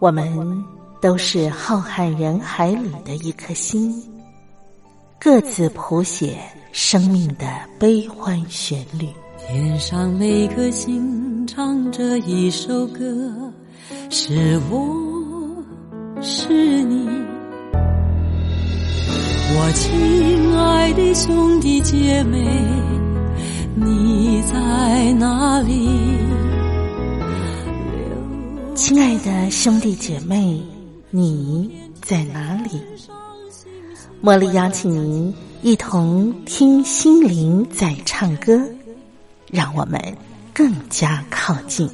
我们都是浩瀚人海里的一颗心，各自谱写生命的悲欢旋律。 天上每颗星唱着一首歌，是我，是你，我亲爱的兄弟姐妹，你在哪里？ 亲爱的兄弟姐妹，你在哪里？茉莉邀请您一同听心灵在唱歌，让我们更加靠近。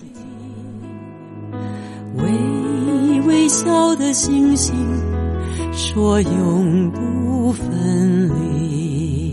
微微笑的星星说永不分离。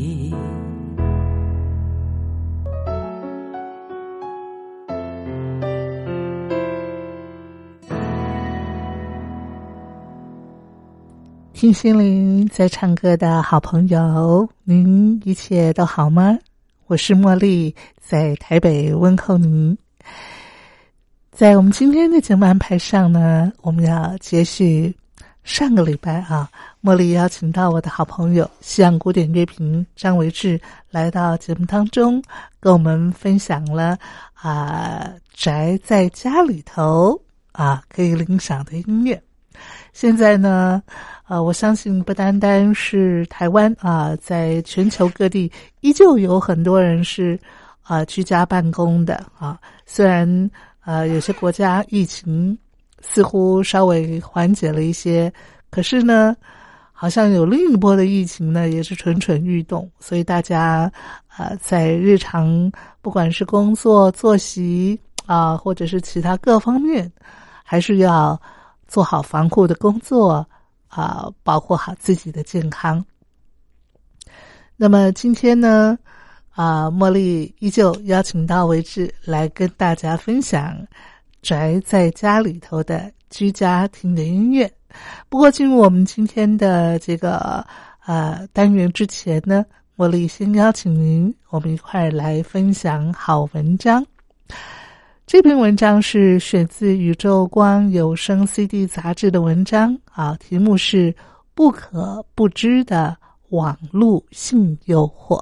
听心灵在唱歌的好朋友，您一切都好吗？我是茉莉，在台北问候您。在我们今天的节目安排上呢，我们要接续上个礼拜茉莉邀请到我的好朋友西洋古典乐评张维志来到节目当中，跟我们分享了宅在家里头可以欣赏的音乐。现在呢我相信不单单是台湾在全球各地依旧有很多人是居家办公的虽然有些国家疫情似乎稍微缓解了一些，可是呢好像有另一波的疫情呢也是蠢蠢欲动，所以大家在日常不管是工作作息或者是其他各方面，还是要做好防护的工作保护好自己的健康。那么今天呢茉莉依旧邀请到维志来跟大家分享宅在家里头的居家听的音乐。不过进入我们今天的这个单元之前呢，茉莉先邀请您我们一块来分享好文章。这篇文章是选自宇宙光有声 CD 杂志的文章题目是不可不知的网络性诱惑。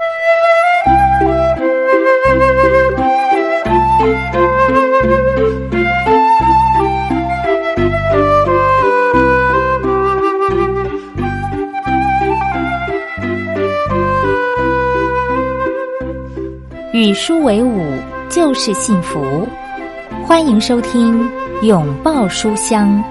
与书为伍就是幸福，欢迎收听拥抱书香。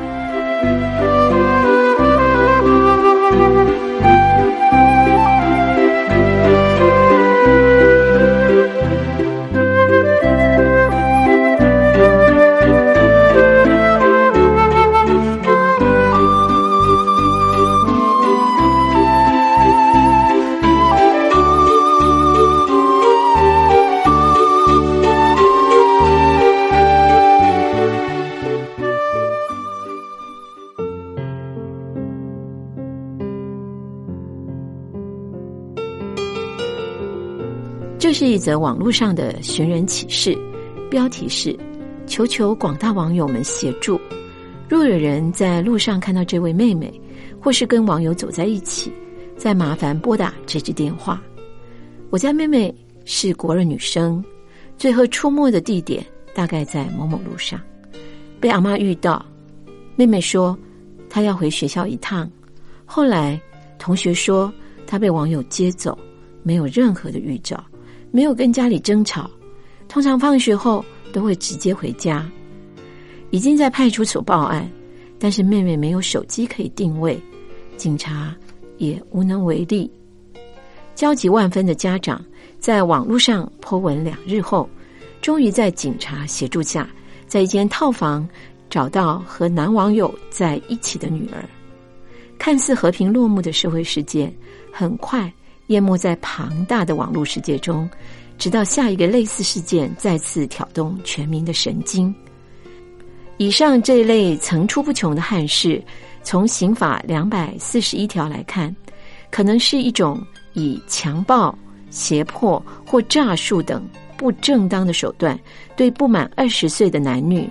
这是一则网络上的寻人启事，标题是求求广大网友们协助，若有人在路上看到这位妹妹，或是跟网友走在一起，再麻烦拨打这支电话。我家妹妹是国二女生，最后出没的地点大概在某某路上，被阿嬷遇到。妹妹说她要回学校一趟，后来同学说她被网友接走，没有任何的预兆，没有跟家里争吵，通常放学后都会直接回家。已经在派出所报案，但是妹妹没有手机可以定位，警察也无能为力。焦急万分的家长在网络上 po 文2日后，终于在警察协助下，在一间套房找到和男网友在一起的女儿。看似和平落幕的社会事件，很快淹没在庞大的网络世界中，直到下一个类似事件再次挑动全民的神经。以上这一类层出不穷的憾事，从刑法241条来看，可能是一种以强暴、胁迫或诈术等不正当的手段，对不满20岁的男女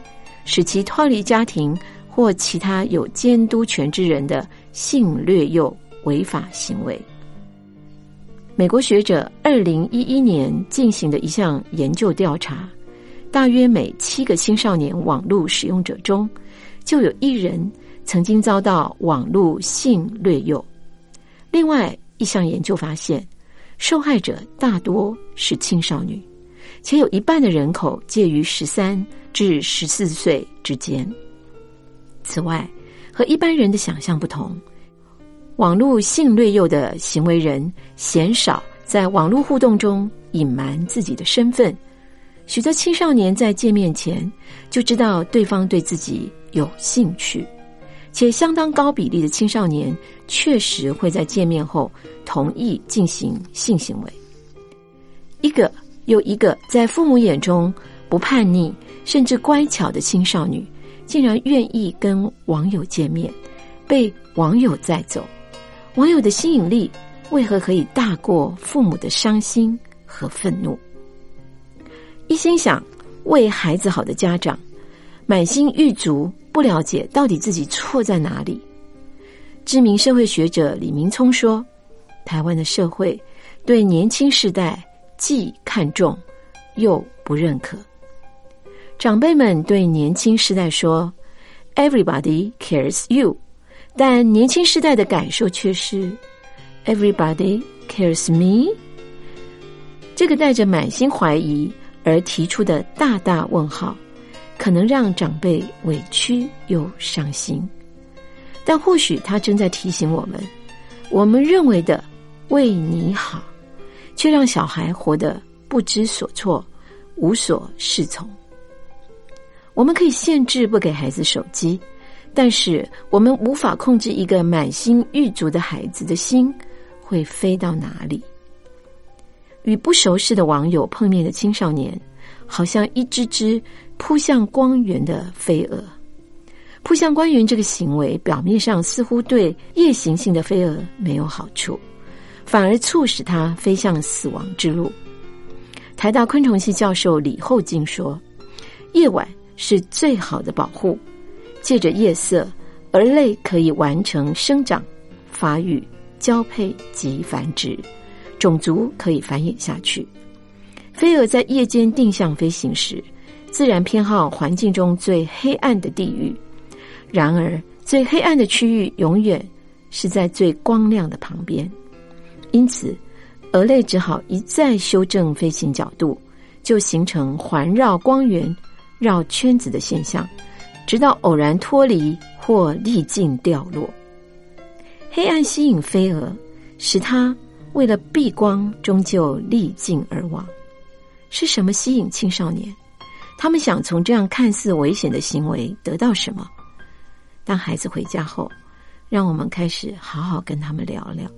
使其脱离家庭或其他有监督权之人的性掠诱违法行为。美国学者2011年进行的一项研究调查，大约每7个青少年网络使用者中，就有1人曾经遭到网络性掠诱。另外一项研究发现，受害者大多是青少女，且有1半的人口介于13至14岁之间。此外，和一般人的想象不同，网络性掠诱的行为人鲜少在网络互动中隐瞒自己的身份。许多青少年在见面前就知道对方对自己有兴趣，且相当高比例的青少年确实会在见面后同意进行性行为。一个又一个在父母眼中不叛逆甚至乖巧的青少女，竟然愿意跟网友见面，被网友载走。网友的吸引力为何可以大过父母的伤心和愤怒？一心想为孩子好的家长，满心狱卒，不了解到底自己错在哪里。知名社会学者李明聪说，台湾的社会对年轻世代既看重又不认可。长辈们对年轻世代说 Everybody cares you， 但年轻世代的感受却是 Everybody cares me。 这个带着满心怀疑而提出的大大问号，可能让长辈委屈又伤心。但或许他正在提醒我们，我们认为的为你好，却让小孩活得不知所措，无所适从。我们可以限制不给孩子手机，但是我们无法控制一个满心狱卒的孩子的心会飞到哪里。与不熟识的网友碰面的青少年，好像一只只扑向光源的飞蛾。扑向光源这个行为，表面上似乎对夜行性的飞蛾没有好处，反而促使它飞向死亡之路。台大昆虫系教授李厚静说，夜晚是最好的保护，借着夜色，蛾类可以完成生长、发育、交配及繁殖，种族可以繁衍下去。飞蛾在夜间定向飞行时，自然偏好环境中最黑暗的地域，然而最黑暗的区域永远是在最光亮的旁边，因此蛾类只好一再修正飞行角度，就形成环绕光源绕圈子的现象，直到偶然脱离或历尽掉落。黑暗吸引飞蛾，使它为了避光终究历尽而亡。是什么吸引青少年？他们想从这样看似危险的行为得到什么？当孩子回家后，让我们开始好好跟他们聊聊。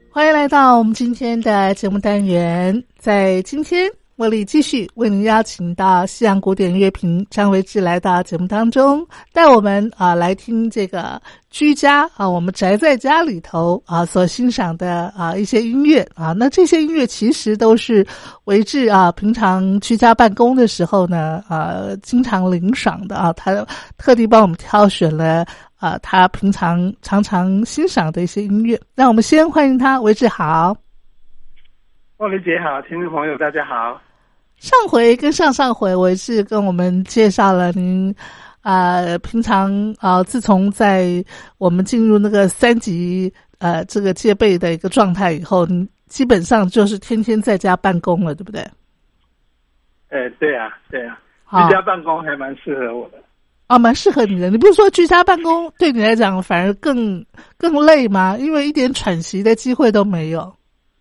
欢迎来到我们今天的节目单元。在今天茉莉继续为您邀请到西洋古典乐评张维志来到节目当中，带我们来听这个居家我们宅在家里头所欣赏的一些音乐那这些音乐其实都是维志平常居家办公的时候呢经常聆赏的他特地帮我们挑选了他平常常常欣赏的一些音乐。那我们先欢迎他，维志好。 茉莉姐好，听众朋友大家好。 上回跟上上回维志跟我们介绍了您平常自从在我们进入那个3级这个戒备的一个状态以后，你基本上就是天天在家办公了，对不对？ 对啊，居家办公还蛮适合我的。 蛮适合你的。你不是说居家办公对你来讲反而更累吗？因为一点喘息的机会都没有。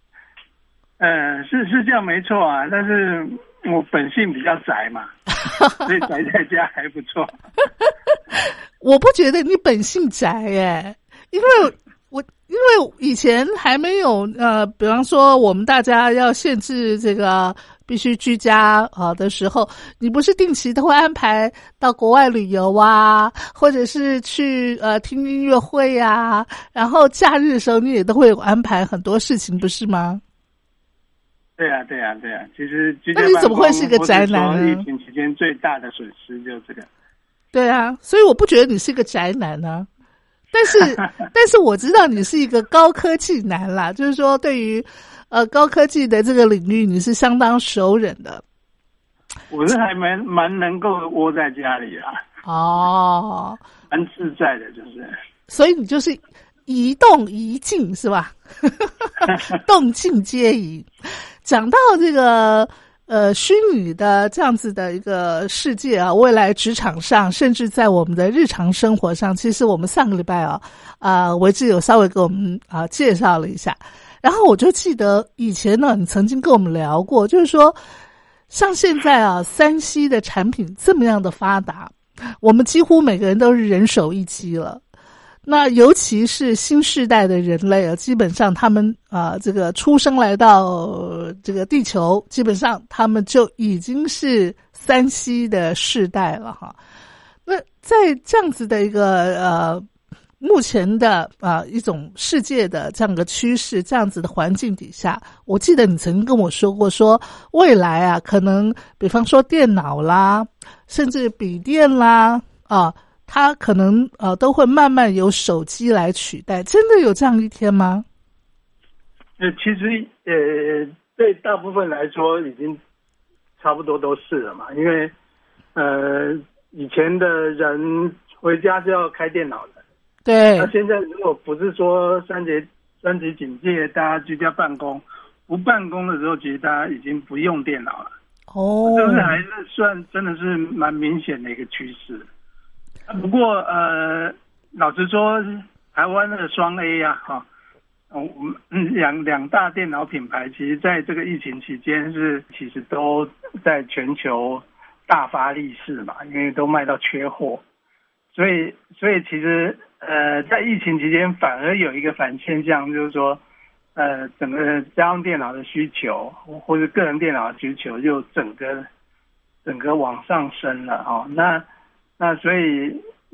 是这样没错啊，但是我本性比较宅嘛，所以宅在家还不错。 我不觉得你本性宅耶，因为以前还没有比方说我们大家要限制这个必须居家的时候，你不是定期都会安排到国外旅游或者是去听音乐会然后假日的时候你也都会有安排很多事情，不是吗？ 对啊，其实居家那你怎么会是一个宅男呢？ 疫情期间最大的损失就是这个。 对啊，所以我不觉得你是一个宅男啊。但是我知道你是一个高科技男啦，就是说对于高科技的这个领域你是相当熟稔的。 我是还蛮能够窝在家里啦。蛮自在的，就是。所以你就是移动移进是吧？动静皆宜。讲到这个虚拟的这样子的一个世界未来职场上，甚至在我们的日常生活上，其实我们上个礼拜维志有稍微给我们介绍了一下。然后我就记得以前呢，你曾经跟我们聊过，就是说像现在3C 的产品这么样的发达，我们几乎每个人都是人手一机了。那尤其是新世代的人类基本上他们这个出生来到这个地球，基本上他们就已经是3C 的世代了那在这样子的一个目前的一种世界的这样的趋势，这样子的环境底下，我记得你曾经跟我说过，说未来可能比方说电脑啦，甚至笔电啦它可能都会慢慢由手机来取代，真的有这样一天吗？ 其实对大部分来说已经差不多都是了嘛，因为以前的人回家是要开电脑的， 对。 那现在如果不是说三级警戒，大家居家办公，不办公的时候，其实大家已经不用电脑了。这是还是算真的是蛮明显的一个趋势。不过老实说，台湾的双 A 我们两大电脑品牌，其实在这个疫情期间其实都在全球大发利市嘛，因为都卖到缺货，所以其实在疫情期间反而有一个反现象，就是说整个家用电脑的需求或者个人电脑的需求就整个往上升了那所以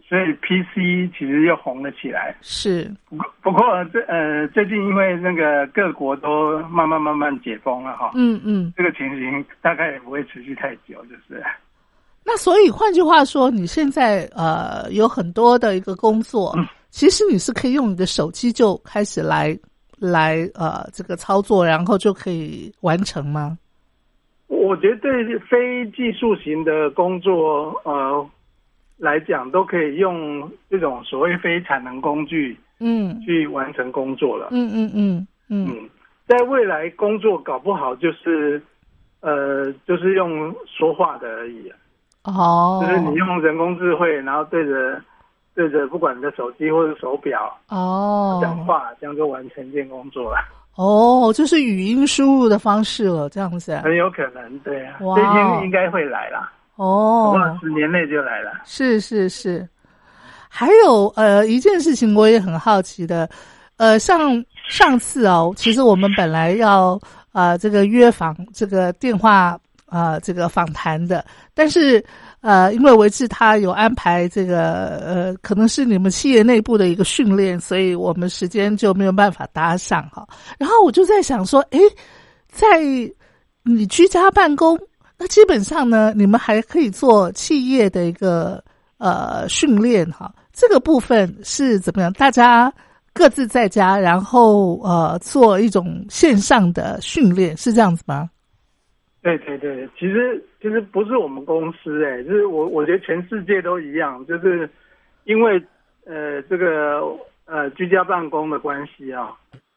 PC 其实又红了起来。 是。 不过最近因为那个各国都慢慢解封了这个情形大概也不会持续太久，就是。 那所以换句话说，你现在有很多的一个工作，其实你是可以用你的手机就开始来这个操作，然后就可以完成吗？ 我觉得对非技术型的工作来讲，都可以用这种所谓非产能工具去完成工作了。在未来工作搞不好就是用说话的而已就是你用人工智慧，然后对着不管你的手机或者手表讲话，这样就完成一件工作了。 就是语音输入的方式了，这样子。 很有可能，对啊，这一天应该会来啦。10年内就来了。是。 还有一件事情我也很好奇的，像上次其实我们本来要这个约访这个电话这个访谈的，但是因为维志他有安排这个可能是你们企业内部的一个训练，所以我们时间就没有办法搭上哈。然后我就在想说，在你居家办公，那基本上呢，你们还可以做企业的一个训练哈。这个部分是怎么样？大家各自在家，然后做一种线上的训练，是这样子吗？ 对对对，其实不是我们公司就是我觉得全世界都一样，就是因为这个居家办公的关系啊，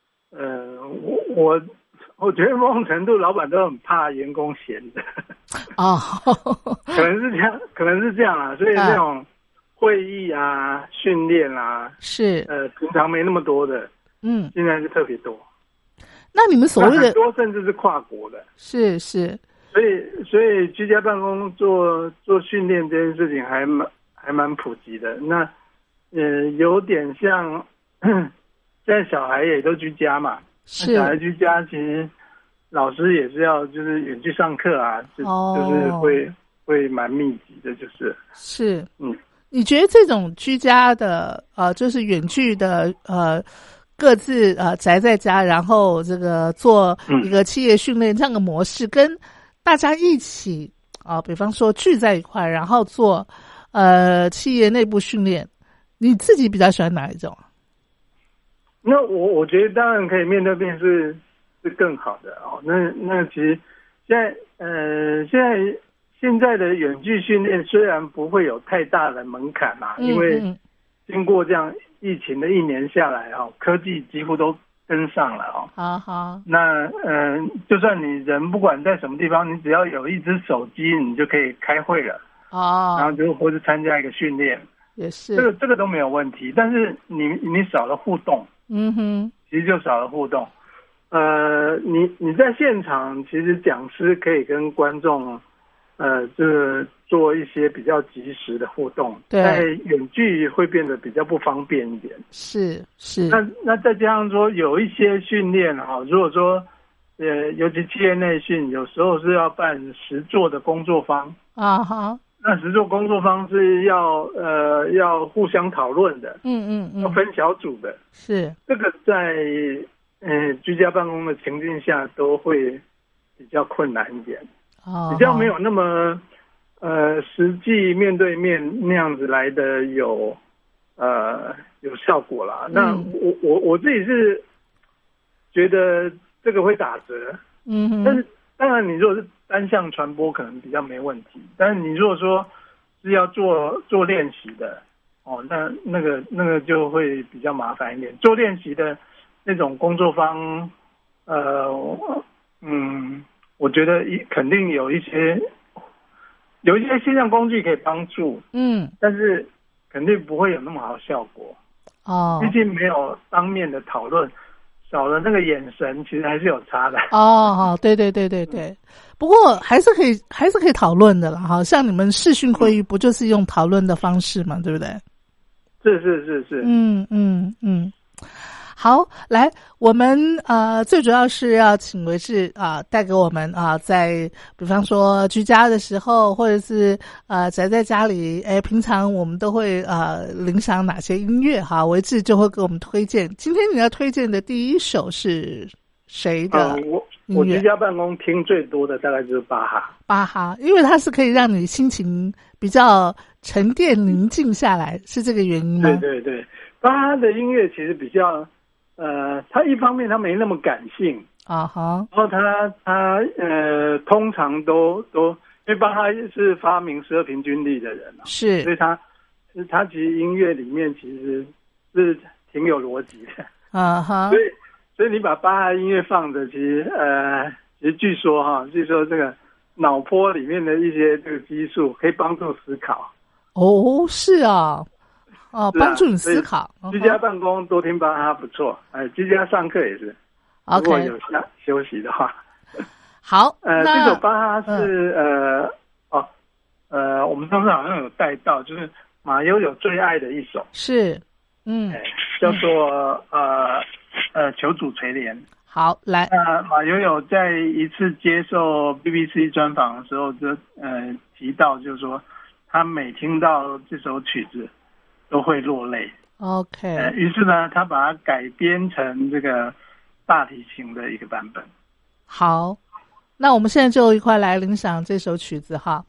我觉得某种程度老板都很怕员工闲的可能是这样啊，所以这种会议啊、训练啊，是平常没那么多的，现在是特别多。那你们所谓的很多甚至是跨国的，是，所以居家办公做训练这件事情还蛮普及的。那有点像现在小孩也都居家嘛，是小孩居家，其实老师也是要就是远距上课啊，就是会蛮密集的，是你觉得这种居家的就是远距的各自宅在家，然后这个做一个企业训练这样的模式，跟大家一起比方说聚在一块，然后做企业内部训练，你自己比较喜欢哪一种？那我觉得当然可以面对面是更好的那其实现在的远距训练虽然不会有太大的门槛因为经过这样疫情的1年下来科技几乎都跟上了好，那就算你人不管在什么地方，你只要有一只手机，你就可以开会了然后就或是参加一个训练，也是这个都没有问题。但是你少了互动，其实就少了互动。你在现场，其实讲师可以跟观众就是做一些比较及时的互动，在远距会变得比较不方便一点。是。那再加上说有一些训练如果说尤其企业内训，有时候是要办实作的工作坊那实作工作坊是要互相讨论的，要分小组的，是这个在居家办公的情境下都会比较困难一点。比较没有那么实际面对面那样子来的有效果啦。那我自己是觉得这个会打折，但是当然你如果是单向传播可能比较没问题，但是你如果说是要做练习的那个就会比较麻烦一点。做练习的那种工作坊我觉得肯定有一些线上工具可以帮助，但是肯定不会有那么好的效果毕竟没有当面的讨论，少了那个眼神，其实还是有差的对。不过还是可以讨论的啦像你们视讯会议不就是用讨论的方式嘛，对不对？是好，来，我们最主要是要请维志带给我们在比方说居家的时候，或者是宅在家里，平常我们都会聆赏哪些音乐维志就会给我们推荐。今天你要推荐的第一首是谁的音乐？我居家办公听最多的大概就是巴哈，因为它是可以让你心情比较沉淀宁静下来，是这个原因吗？对，巴哈的音乐其实比较他一方面他没那么感性然后他通常都因为巴哈是发明12平均律的人是，所以他其实音乐里面其实是挺有逻辑的所以你把巴哈音乐放着，其实据说这个脑波里面的一些这个激素可以帮助思考是帮助你思考。居家办公多听巴哈不错，居家上课也是。如果有休息的话。好，这首巴哈是我们上次好像有带到，就是马友友最爱的一首。是，叫做求主垂怜。 好，来， 马友友在一次接受 BBC 专访的时候就提到，就是说他每听到这首曲子都会落泪。 OK， 于是呢，他把它改编成这个大提琴的一个版本。 好，那我们现在就一块来领赏这首曲子哈。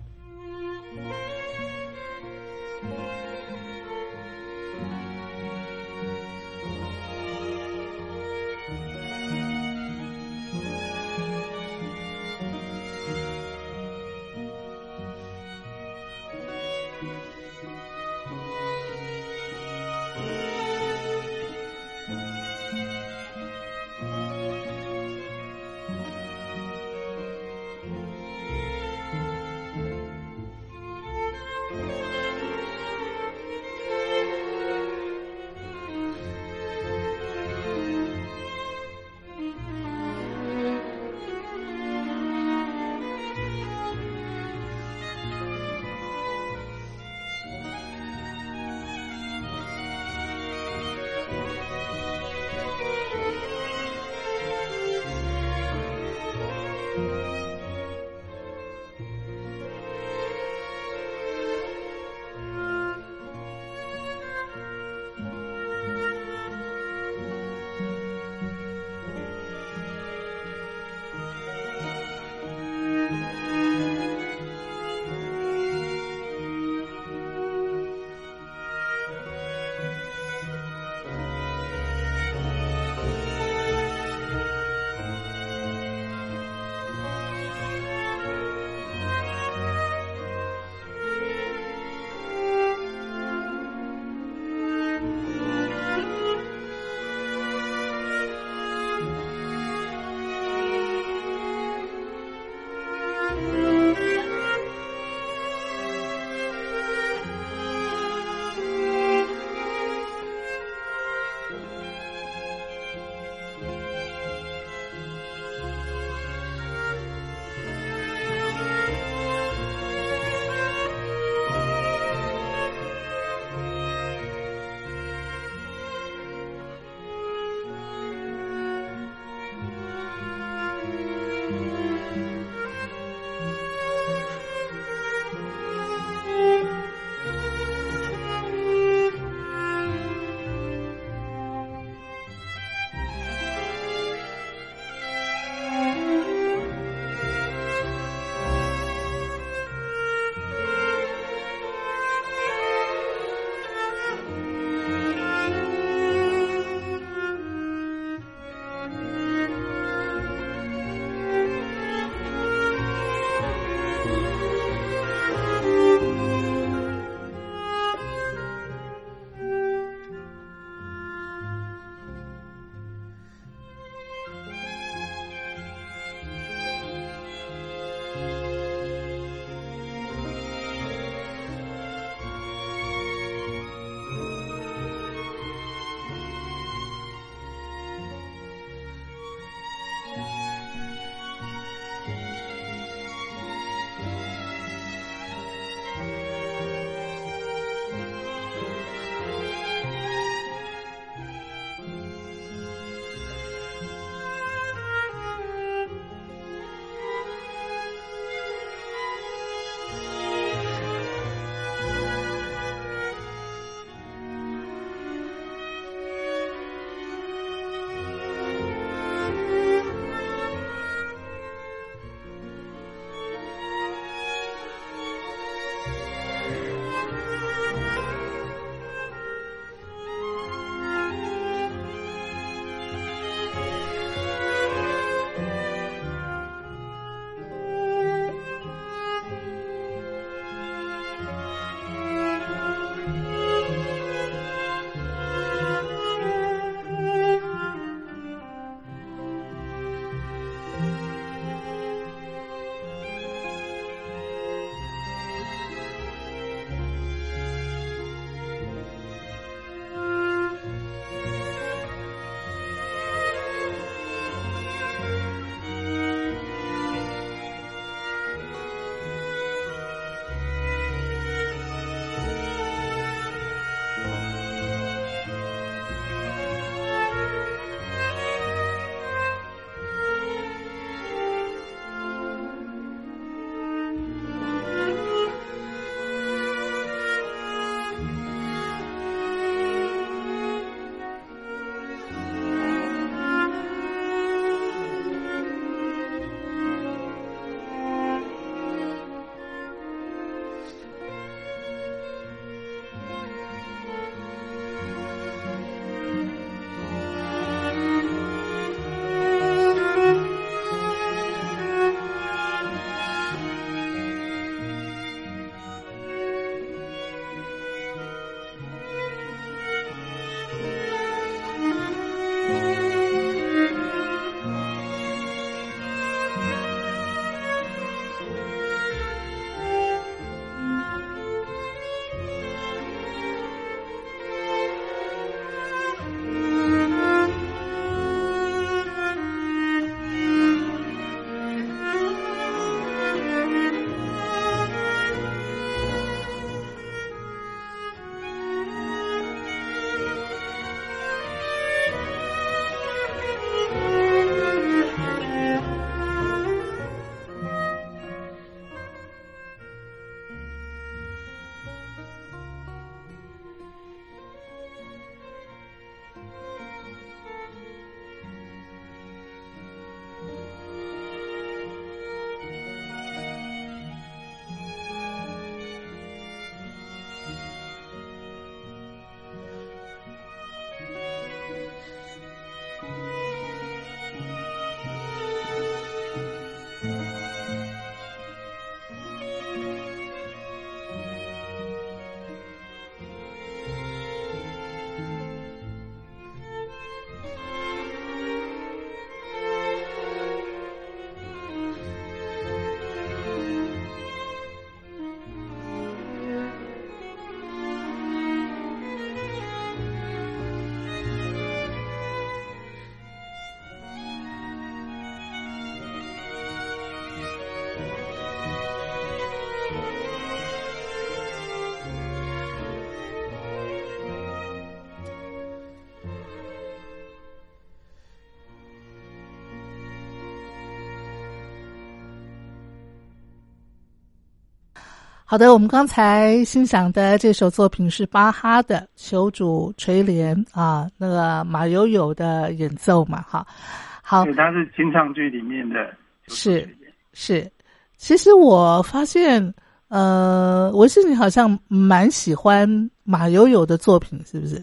好的，我们刚才欣赏的这首作品是巴哈的《求主垂怜》啊，那个马友友的演奏嘛，哈，好， 对，它是清唱剧里面的， 是。其实我发现，维斯你好像蛮喜欢马友友的作品，是不是？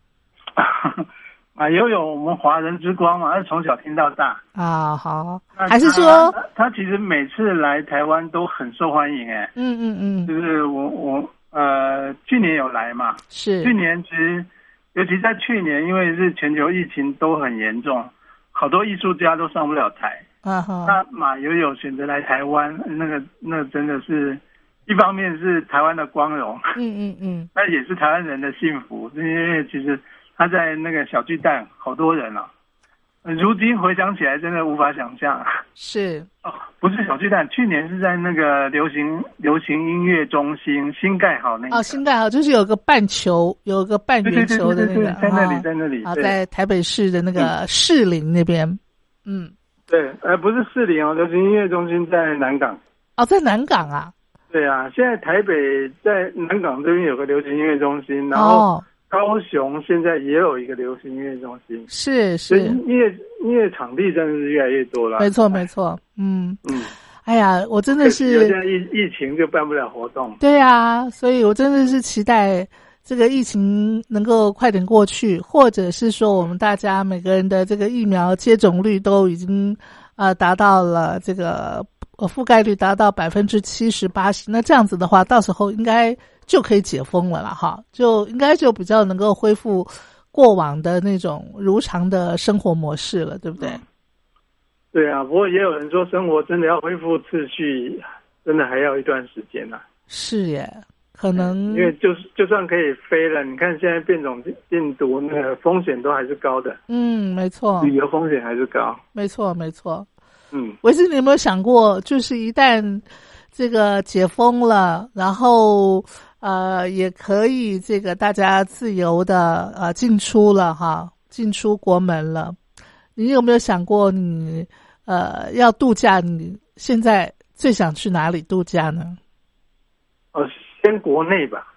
马友友，我们华人之光嘛，他从小听到大啊。好，还是说他其实每次来台湾都很受欢迎哎。就是我去年有来嘛， 是去年其实尤其在去年，因为是全球疫情都很严重，好多艺术家都上不了台。那马友友选择来台湾，那真的是一方面是台湾的光荣，那也是台湾人的幸福，因为其实。他在那个小巨蛋好多人啊，如今回想起来真的无法想象。 是不是小巨蛋，去年是在那个流行音乐中心新盖好那个。 新盖好就是有个半圆球的那个， 在那里在台北市的那个士林那边。 对，不是士林哦，流行音乐中心在南港。 在南港啊。对啊，现在台北在南港这边有个流行音乐中心，然后。高雄现在也有一个流行音乐中心， 是音乐场地真的是越来越多了。 没错，哎呀，我真的是现在疫情就办不了活动。 对啊，所以我真的是期待这个疫情能够快点过去，或者是说我们大家每个人的这个疫苗接种率都已经达到了这个覆盖率达到70%-80%，那这样子的话，到时候应该就可以解封了啦，哈，就应该就比较能够恢复过往的那种如常的生活模式了，对不对？ 对啊，不过也有人说，生活真的要恢复秩序，真的还要一段时间啊。 是耶，可能因为就算可以飞了，你看现在变种病毒那个风险都还是高的。 没错， 旅游风险还是高。 没错。维斯，你有没有想过，就是一旦这个解封了，然后也可以这个大家自由的进出了哈，进出国门了。你有没有想过你要度假，你现在最想去哪里度假呢？ 先国内吧。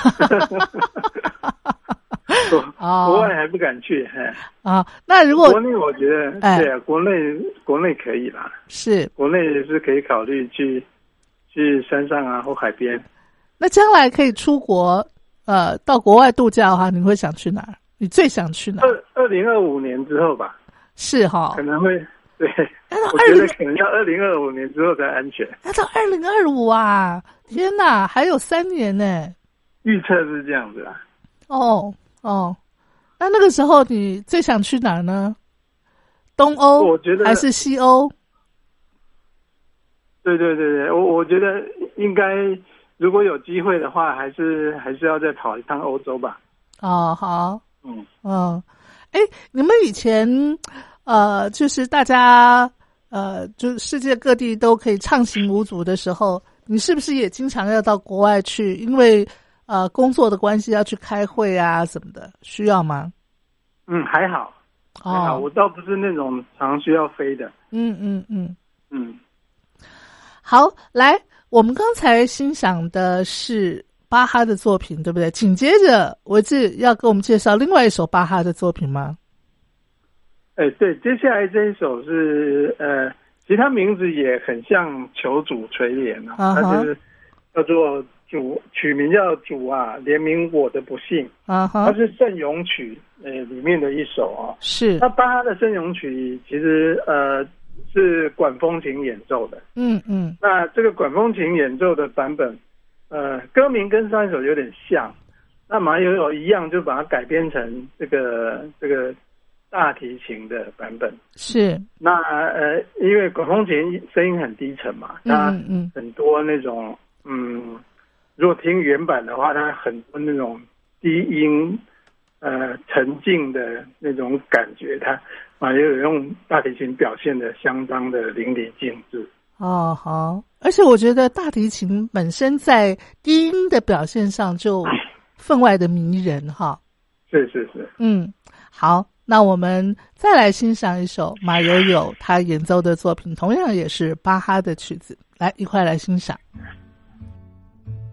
国外还不敢去。 那如果国内我觉得对啊，国内可以啦， 是国内是可以考虑去山上啊或海边。 那将来可以出国到国外度假的话，你会想去哪儿？你最想去哪儿 ？2025年之后吧。 是哈， 可能会对，我觉得可能要2025年之后才安全。 要到2025啊！天哪，还有3年呢。 预测是这样子啊。 那个时候你最想去哪儿呢？东欧， 我觉得还是西欧？ 对，我觉得应该，如果有机会的话，还是要再跑一趟欧洲吧。 好，你们以前就是大家就世界各地都可以畅行无阻的时候，你是不是也经常要到国外去？因为工作的关系要去开会啊什么的，需要吗？ 还好，我倒不是那种常需要飞的。 好，来，我们刚才欣赏的是巴哈的作品，对不对？紧接着维志要给我们介绍另外一首巴哈的作品吗？ 对，接下来这一首是其实它名字也很像求主垂怜啊，它就是叫做取名叫主啊怜悯我的不幸它是圣咏曲里面的一首啊。 是那巴哈的圣咏曲其实是管风琴演奏的。那这个管风琴演奏的版本歌名跟上一首有点像，那马友友一样就把它改编成这个大提琴的版本。是那因为管风琴声音很低沉嘛，它很多那种如果听原版的话，它很多那种低音沉静的那种感觉，它马友友用大提琴表现的相当的淋漓尽致。 好，而且我觉得大提琴本身在低音的表现上就分外的迷人哈。 是。 好，那我们再来欣赏一首马友友他演奏的作品，同样也是巴哈的曲子，来一块来欣赏。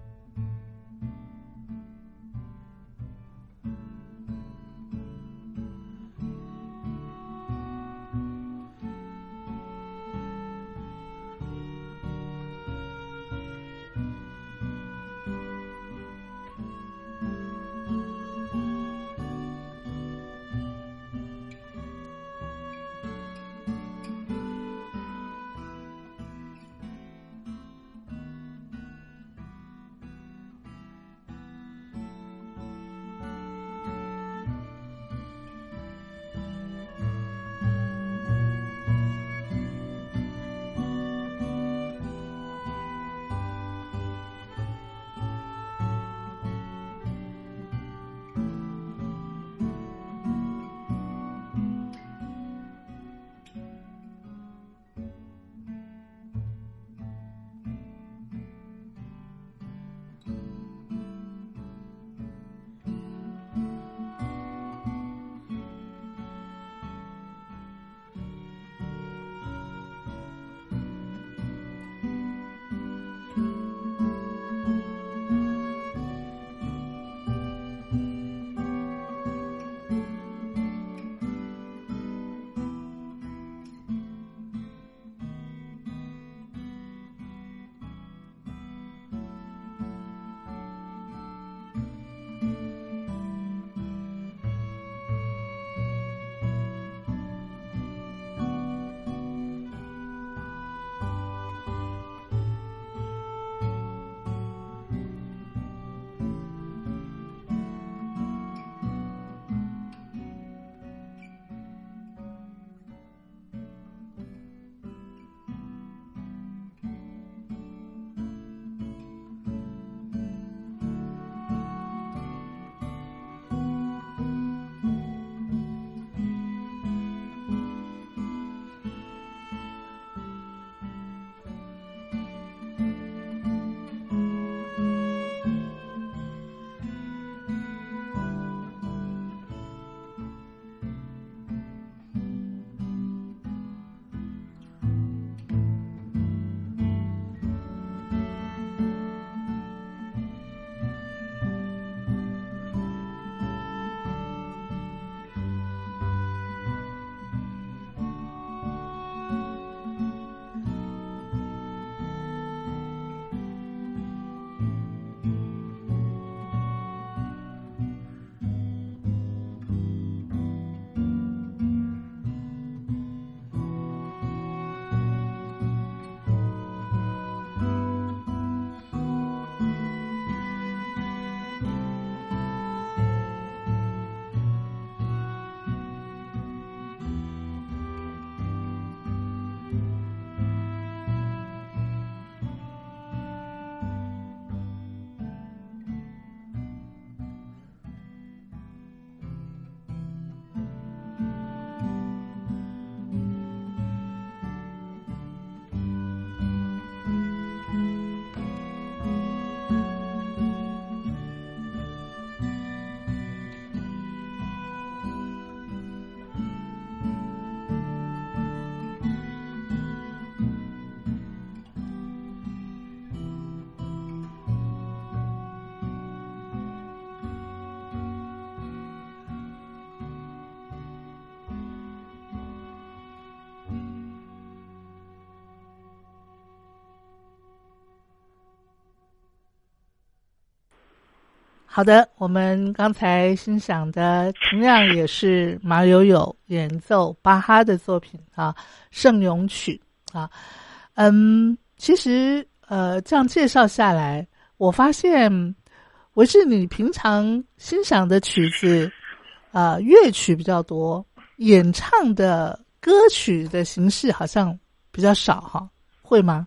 好的，我们刚才欣赏的同样也是马友友演奏巴哈的作品啊，圣咏曲啊。其实这样介绍下来，我发现我是你平常欣赏的曲子乐曲比较多，演唱的歌曲的形式好像比较少哈，会吗？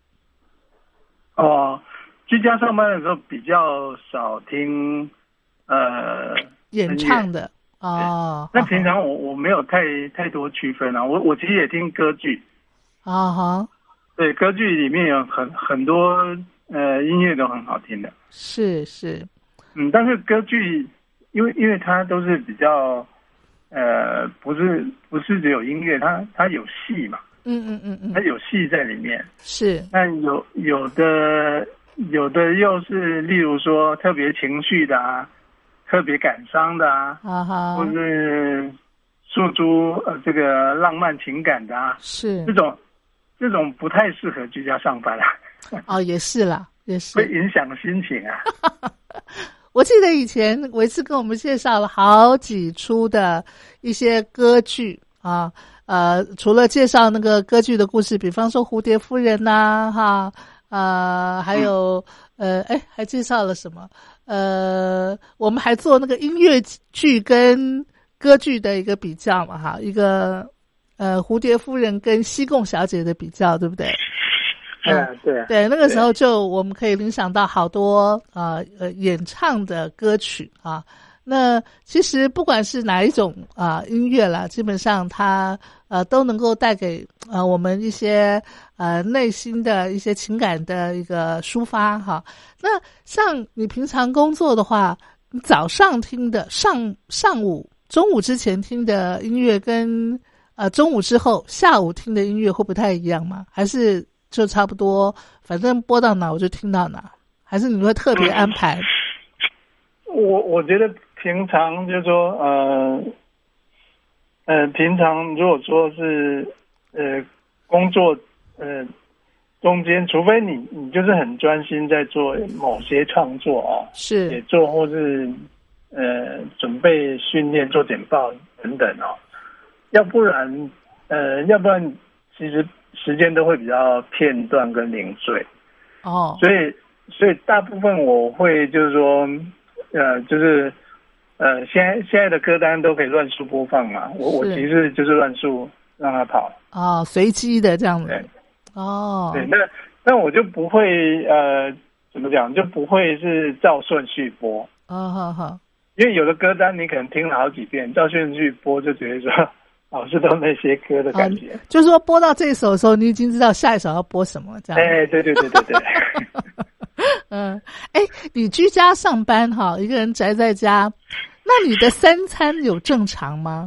居家上班的时候比较少听演唱的哦。 那平常我没有太多区分啊，我其实也听歌剧啊哈。 对，歌剧里面有很多音乐都很好听的。 是。 但是歌剧因为它都是比较不是只有音乐，它有戏嘛。它有戏在里面。 是。 那有的又是例如说特别情绪的啊，特别感伤的啊，或是诉诸这个浪漫情感的啊， 是这种不太适合居家上班啊。 也是啦，也是会影响心情啊。 我记得以前维次跟我们介绍了好几出的一些歌剧啊，除了介绍那个歌剧的故事，比方说蝴蝶夫人呐，还有还介绍了什么？我们还做那个音乐剧跟歌剧的一个比较嘛，哈，一个蝴蝶夫人跟西贡小姐的比较，对不对？对，那个时候就我们可以联想到好多演唱的歌曲啊。那其实不管是哪一种音乐啦，基本上它都能够带给我们一些内心的一些情感的一个抒发哈。那像你平常工作的话，你早上听的上午、中午之前听的音乐跟中午之后下午听的音乐会不太一样吗？还是就差不多，反正播到哪我就听到哪？还是你会特别安排？ 我觉得平常就是说平常如果说是工作中间，除非你就是很专心在做某些创作啊， 是写作或是准备训练做简报等等哦，要不然其实时间都会比较片段跟零碎哦， 所以大部分我会就是说就是现在的歌单都可以乱数播放嘛，我其实就是乱数让它跑随机的这样子。 对对， 那我就不会怎么讲，就不会是照顺序播因为有的歌单你可能听了好几遍，照顺序播就觉得说老是都那些歌的感觉， 就是说播到这一首的时候，你已经知道下一首要播什么这样。 对。 你居家上班一个人宅在家，那你的三餐有正常吗？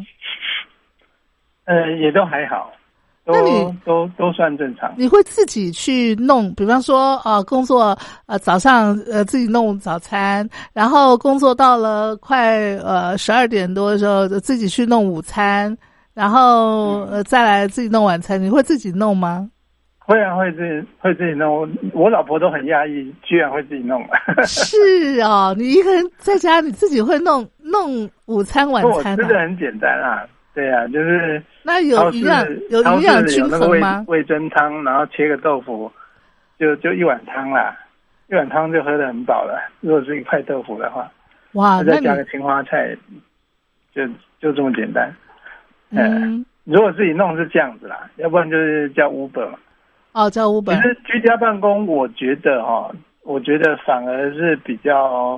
也都还好，都算正常。 你会自己去弄，比方说工作早上自己弄早餐，然后工作到了快12点多的时候自己去弄午餐，然后再来自己弄晚餐。你会自己弄吗？ 会啊，会自己弄。我老婆都很讶异，居然会自己弄。 是哦，你一个人在家，你自己会弄午餐晚餐我吃的很简单啊。对啊，就是那有营养均衡吗？ 味噌汤，然后切个豆腐，就一碗汤啦，一碗汤就喝得很饱了。如果是一块豆腐的话， 哇， 再加个青花菜，就这么简单。如果自己弄是这样子啦，要不然就是叫 Uber 嘛。 叫 Uber。 其实居家办公，我觉得反而是比较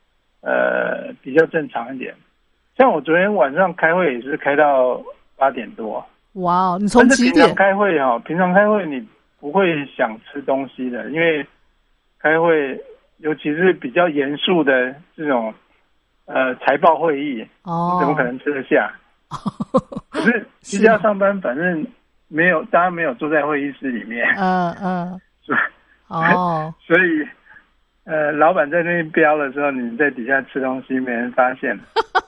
正常一点。像我昨天晚上开会也是开到8点多。 哇，你从几点？ 平常开会你不会想吃东西的，因为开会尤其是比较严肃的这种财报会议，你怎么可能吃得下？可是居家上班，反正大家没有坐在会议室里面。所以老板在那边标的时候，你在底下吃东西，没人发现。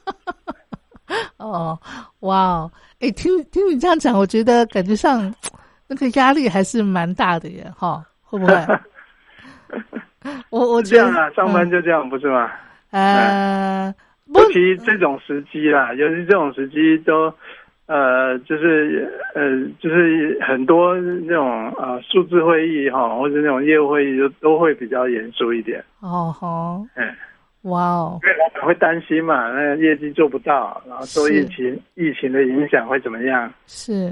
哇，听你这样讲，我觉得感觉上那个压力还是蛮大的耶，会不会？我觉得这样啊，上班就这样，不是吗？ 尤其这种时机啦，尤其这种时机都就是很多那种数字会议或者那种业务会议都会比较严肃一点。 哦吼，哇哦， 因为老板会担心嘛，那业绩做不到，然后受疫情的影响会怎么样？ 是，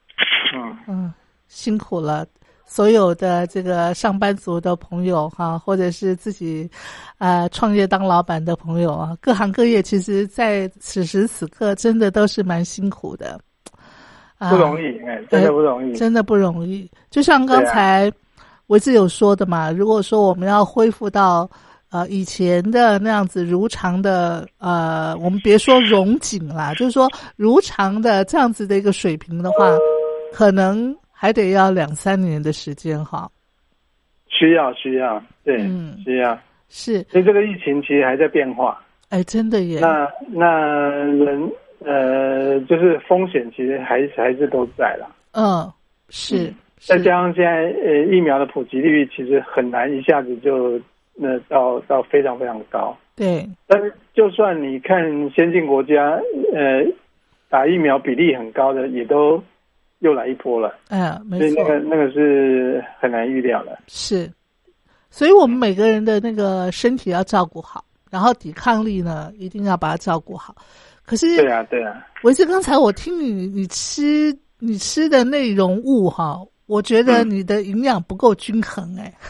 辛苦了。所有的这个上班族的朋友哈，或者是自己创业当老板的朋友啊，各行各业其实在此时此刻真的都是蛮辛苦的， 不容易，真的不容易， 真的不容易。就像刚才我一直有说的嘛，如果说我们要恢复到以前的那样子如常的我们别说荣景啦，就是说如常的这样子的一个水平的话，可能还得要2-3年的时间哈。 需要，对，需要。 是， 所以这个疫情其实还在变化。 真的耶。 那人就是风险其实还是都在啦。 是。 再加上现在疫苗的普及率其实很难一下子就到非常非常高。对。但是就算你看先进国家打疫苗比例很高的，也都又来一波了。没错。所以那个是很难预料的。是。所以我们每个人的那个身体要照顾好，然后抵抗力呢一定要把它照顾好。可是对啊，维斯，刚才我听你吃的内容物哈，我觉得你的营养不够均衡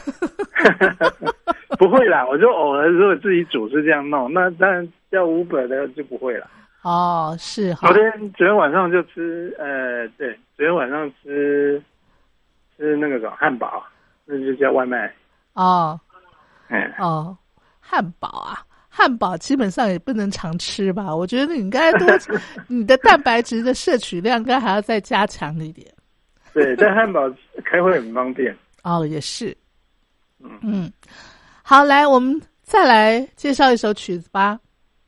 不会啦，我就偶尔如果自己煮是这样弄，那当然叫 Uber 的就不会了。是。昨天晚上就吃昨天晚上吃那个什么汉堡，那就叫外卖。汉堡基本上也不能常吃吧？我觉得你应该你的蛋白质的摄取量应该还要再加强一点。对，但汉堡开会很方便。也是。 好，来，我们再来介绍一首曲子吧。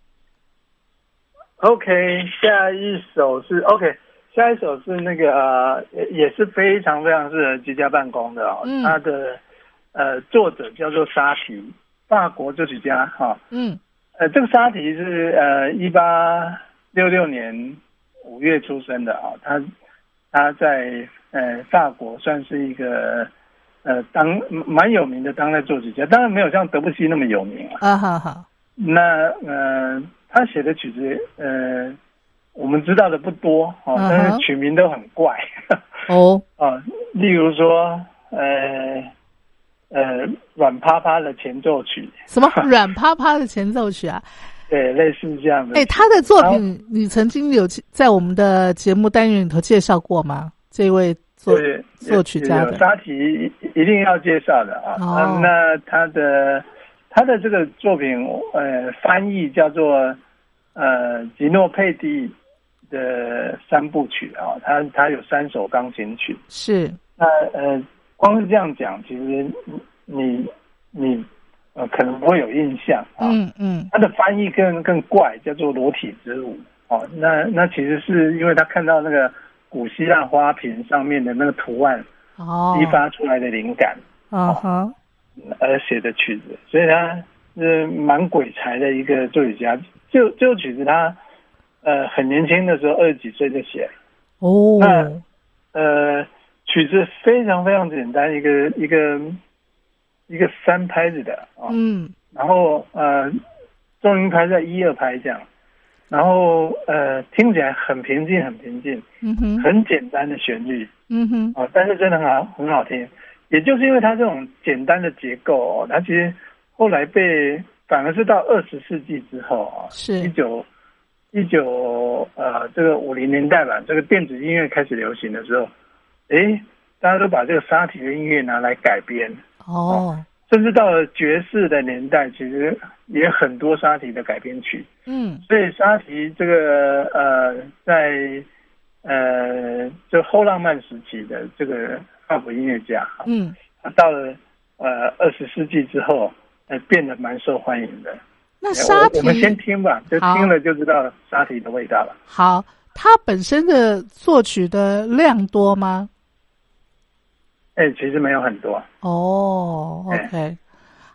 OK， 下一首是那个也是非常非常适合居家办公的它的作者叫做沙提，法国作曲家这个沙提是1866年5月出生的他在法国算是一个蛮有名的当代作曲家，当然没有像德布西那么有名那他写的曲子我们知道的不多但是曲名都很怪例如说软趴趴的前奏曲。 什么软趴趴的前奏曲啊？ 对，类似这样的。 他的作品你曾经有在我们的节目单元里头介绍过吗？这位作曲家的沙提一定要介绍的那他的这个作品翻译叫做吉诺佩蒂的3部曲他有3首钢琴曲。是。那光是这样讲，其实你可能不会有印象他的翻译更怪，叫做裸体之舞那其实是因为他看到那个古希腊花瓶上面的那个图案激发出来的灵感而写的曲子，所以他是蛮鬼才的一个作曲家。这首曲子他很年轻的时候20几岁就写了那曲子非常非常简单，一个3拍子的然后重音拍在1、2拍这样，然后听起来很平静很简单的旋律但是真的很好听。也就是因为它这种简单的结构它其实后来反而是到20世纪之后是这个50年代吧，这个电子音乐开始流行的时候大家都把这个沙提的音乐拿来改编甚至到了爵士的年代，其实也很多沙提的改编曲所以沙提这个在就后浪漫时期的这个法国音乐家到了20世纪之后变得蛮受欢迎的。那沙提我们先听吧，就听了就知道沙提的味道了。 好，它本身的作曲的量多吗？ 其实没有很多。 OK。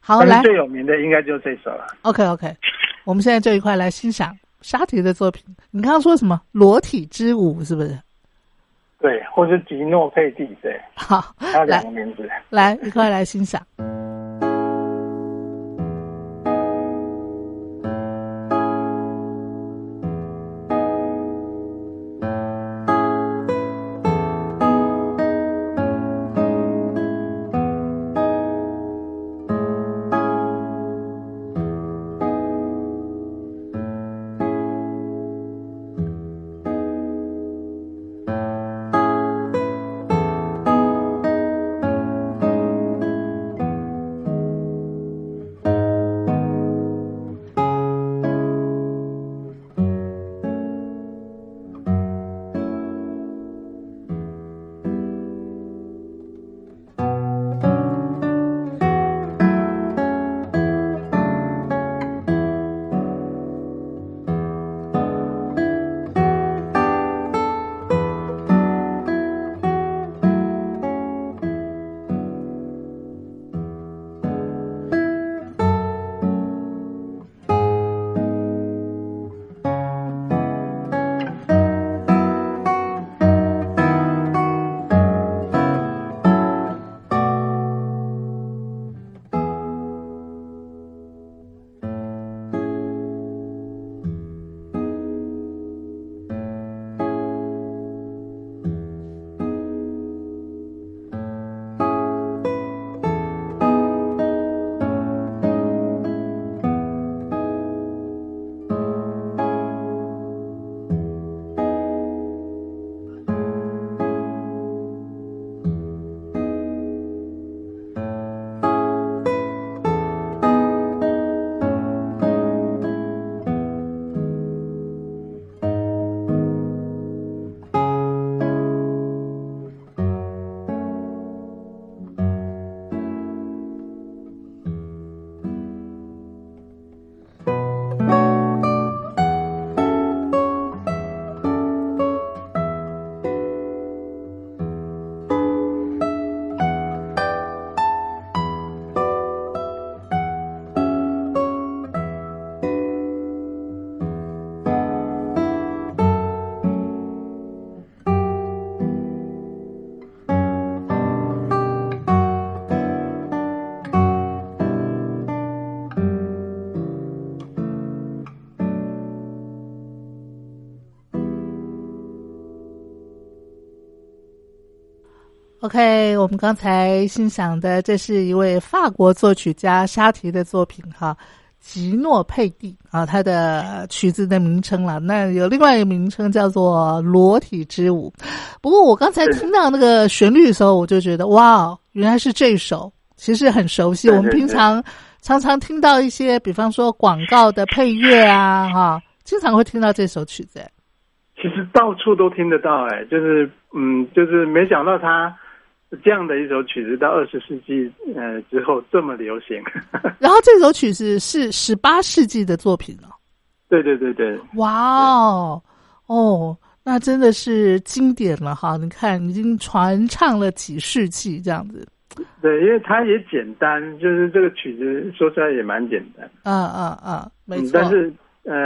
好，来， 最有名的应该就这首了。 OK， 我们现在就一块来欣赏沙提的作品。你刚刚说什么？裸体之舞是不是？ 对，或是吉诺佩蒂，对。 好， 他两个名字。 来，一块来欣赏。OK， 我们刚才欣赏的，这是一位法国作曲家沙提的作品哈，吉诺佩蒂啊，他的曲子的名称了。那有另外一个名称叫做《裸体之舞》。不过我刚才听到那个旋律的时候，我就觉得哇，原来是这首，其实很熟悉。我们平常常常听到一些，比方说广告的配乐啊，哈，经常会听到这首曲子。 其实到处都听得到，就是没想到他这样的一首曲子到20世纪之后这么流行。 然后这首曲子是18世纪的作品哦。 对对对对。 哇哦，那真的是经典了哈！你看，已经传唱了几世纪这样子。 对，因为它也简单，就是这个曲子说出来也蛮简单。 没错。 但是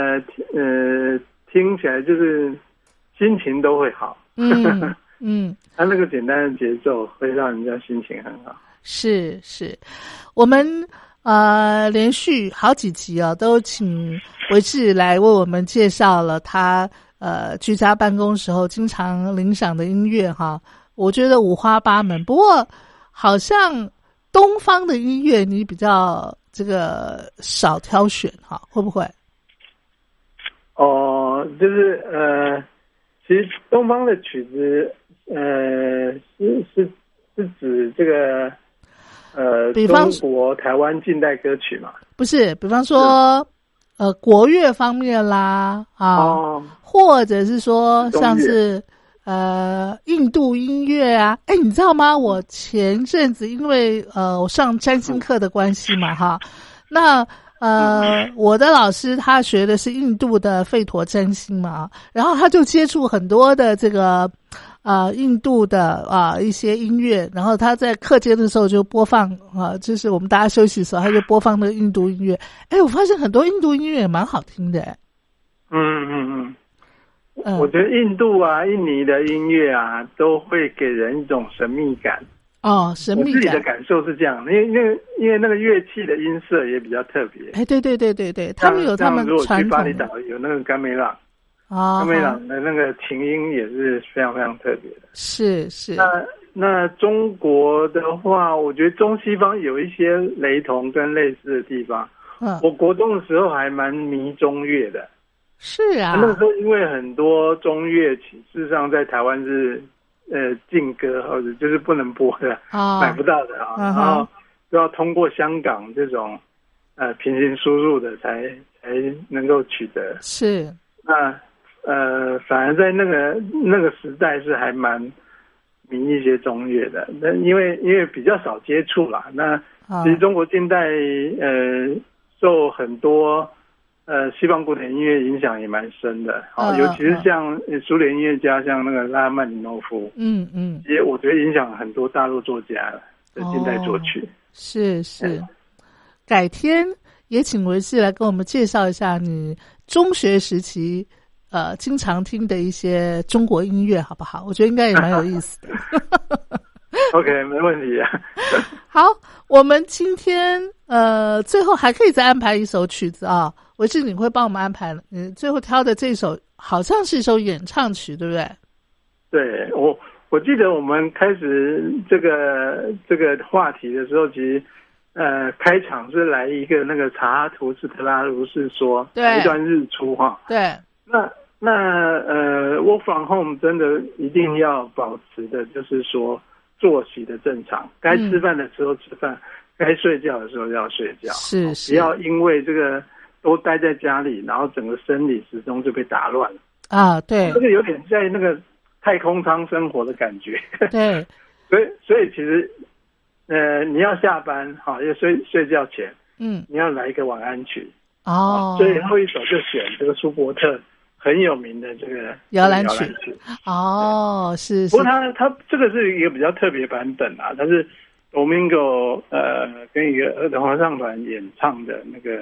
听起来就是心情都会好。它那个简单的节奏会让人家心情很好。 是，我们连续好几集都请维志来为我们介绍了他居家办公时候经常聆赏的音乐哈。我觉得五花八门，不过好像东方的音乐你比较这个少挑选哈，会不会？ 就是其实东方的曲子是指这个比方中国台湾近代歌曲嘛？ 不是，比方说国乐方面啦或者是说像是印度音乐啊。你知道吗？我前阵子因为我上占星课的关系嘛哈，那我的老师他学的是印度的吠陀占星嘛，然后他就接触很多的这个印度的一些音乐，然后他在课间的时候就播放就是我们大家休息的时候他就播放那个印度音乐。我发现很多印度音乐也蛮好听的。 我觉得印度印尼的音乐都会给人一种神秘感。神秘感，我自己的感受是这样，因为那个乐器的音色也比较特别。 对，他们有他们传统的。如果去巴厘岛有那个甘美朗，甘美朗的那个琴音也是非常非常特别的。是。那中国的话，我觉得中西方有一些雷同跟类似的地方。我国中的时候还蛮迷中乐的。是啊，那个时候因为很多中乐器事实上在台湾是禁歌或者就是不能播的，买不到的然后都要通过香港这种平行输入的才能够取得。是，那反而在那个时代是还蛮迷一些中乐的，那因为比较少接触啦。那其实中国近代受很多西方古典音乐影响也蛮深的，尤其是像苏联音乐家，像那个拉赫曼尼诺夫，也我觉得影响很多大陆作家的近代作曲。是，改天也请维志来跟我们介绍一下你中学时期经常听的一些中国音乐，好不好？我觉得应该也蛮有意思的。 OK， 没问题啊。 好，我们今天最后还可以再安排一首曲子啊。维志，你会帮我们安排最后挑的这首好像是一首演唱曲，对不对？ 对，我记得我们开始这个话题的时候，其实开场是来一个那个查哈图斯特拉如是说，一段日出哈。对，那work from home 真的一定要保持的就是说作息的正常，该吃饭的时候吃饭，该睡觉的时候要睡觉，是不要因为这个都待在家里，然后整个生理时钟就被打乱了对，这个有点在那个太空舱生活的感觉。对，所以其实你要下班要睡觉前你要来一个晚安曲最后一首就选这个舒伯特很有名的这个摇篮曲。是。不过他这个是一个比较特别版本它是 Domingo 跟一个儿童合唱团演唱的那个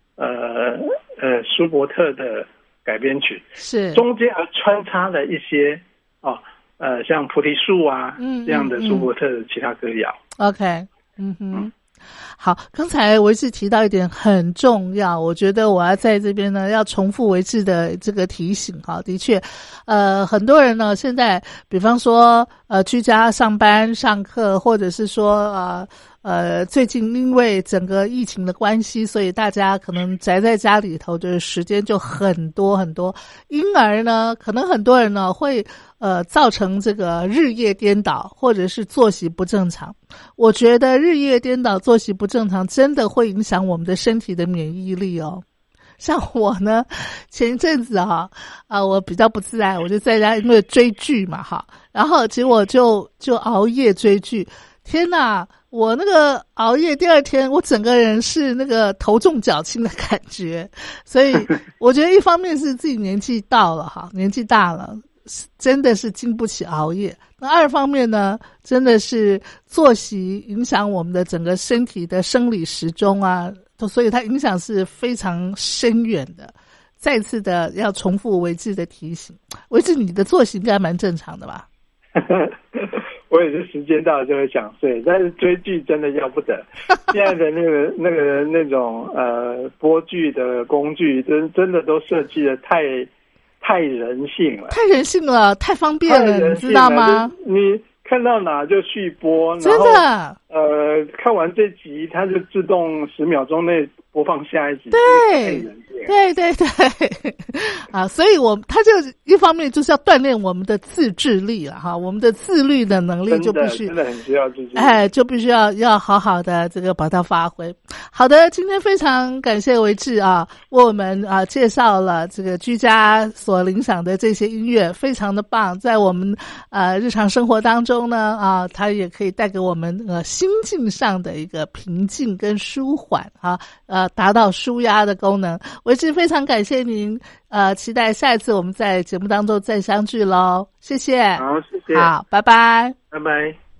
舒伯特的改编曲，是中间还穿插了一些像菩提树这样的舒伯特的其他歌谣。OK， 好，刚才维志提到一点很重要，我觉得我要在这边呢要重复维志的这个提醒的确很多人呢现在比方说居家上班上课，或者是说最近因为整个疫情的关系，所以大家可能宅在家里头，就是时间就很多很多，因而呢可能很多人呢会造成这个日夜颠倒，或者是作息不正常。我觉得日夜颠倒作息不正常真的会影响我们的身体的免疫力像我呢前一阵子我比较不自然，我就在家因为追剧嘛然后结果就熬夜追剧，天哪，我那个熬夜第二天我整个人是那个头重脚轻的感觉。所以我觉得一方面是自己年纪到了年纪大了真的是经不起熬夜，那二方面呢真的是作息影响我们的整个身体的生理时钟所以它影响是非常深远的。再次的要重复维志的提醒，维志你的作息应该蛮正常的吧？ 我也是时间到了就会想睡，但是追剧真的要不得。现在的那种播剧的工具真的都设计的太人性了，太人性了，太方便了，你知道吗？你看到哪就续播，真的。看完这集，它就自动10秒钟内播放下一集。对，所以他就一方面就是要锻炼我们的自制力了我们的自律的能力就必须真的很需要自制，就必须要好好的这个把它发挥。好的，今天非常感谢维志为我们介绍了这个居家所领赏的这些音乐，非常的棒，在我们日常生活当中呢它也可以带给我们心境上的一个平静跟舒缓达到舒压的功能。维维志非常感谢您，期待下一次我们在节目当中再相聚咯，谢谢。 好，谢谢。 好，拜拜。 拜拜。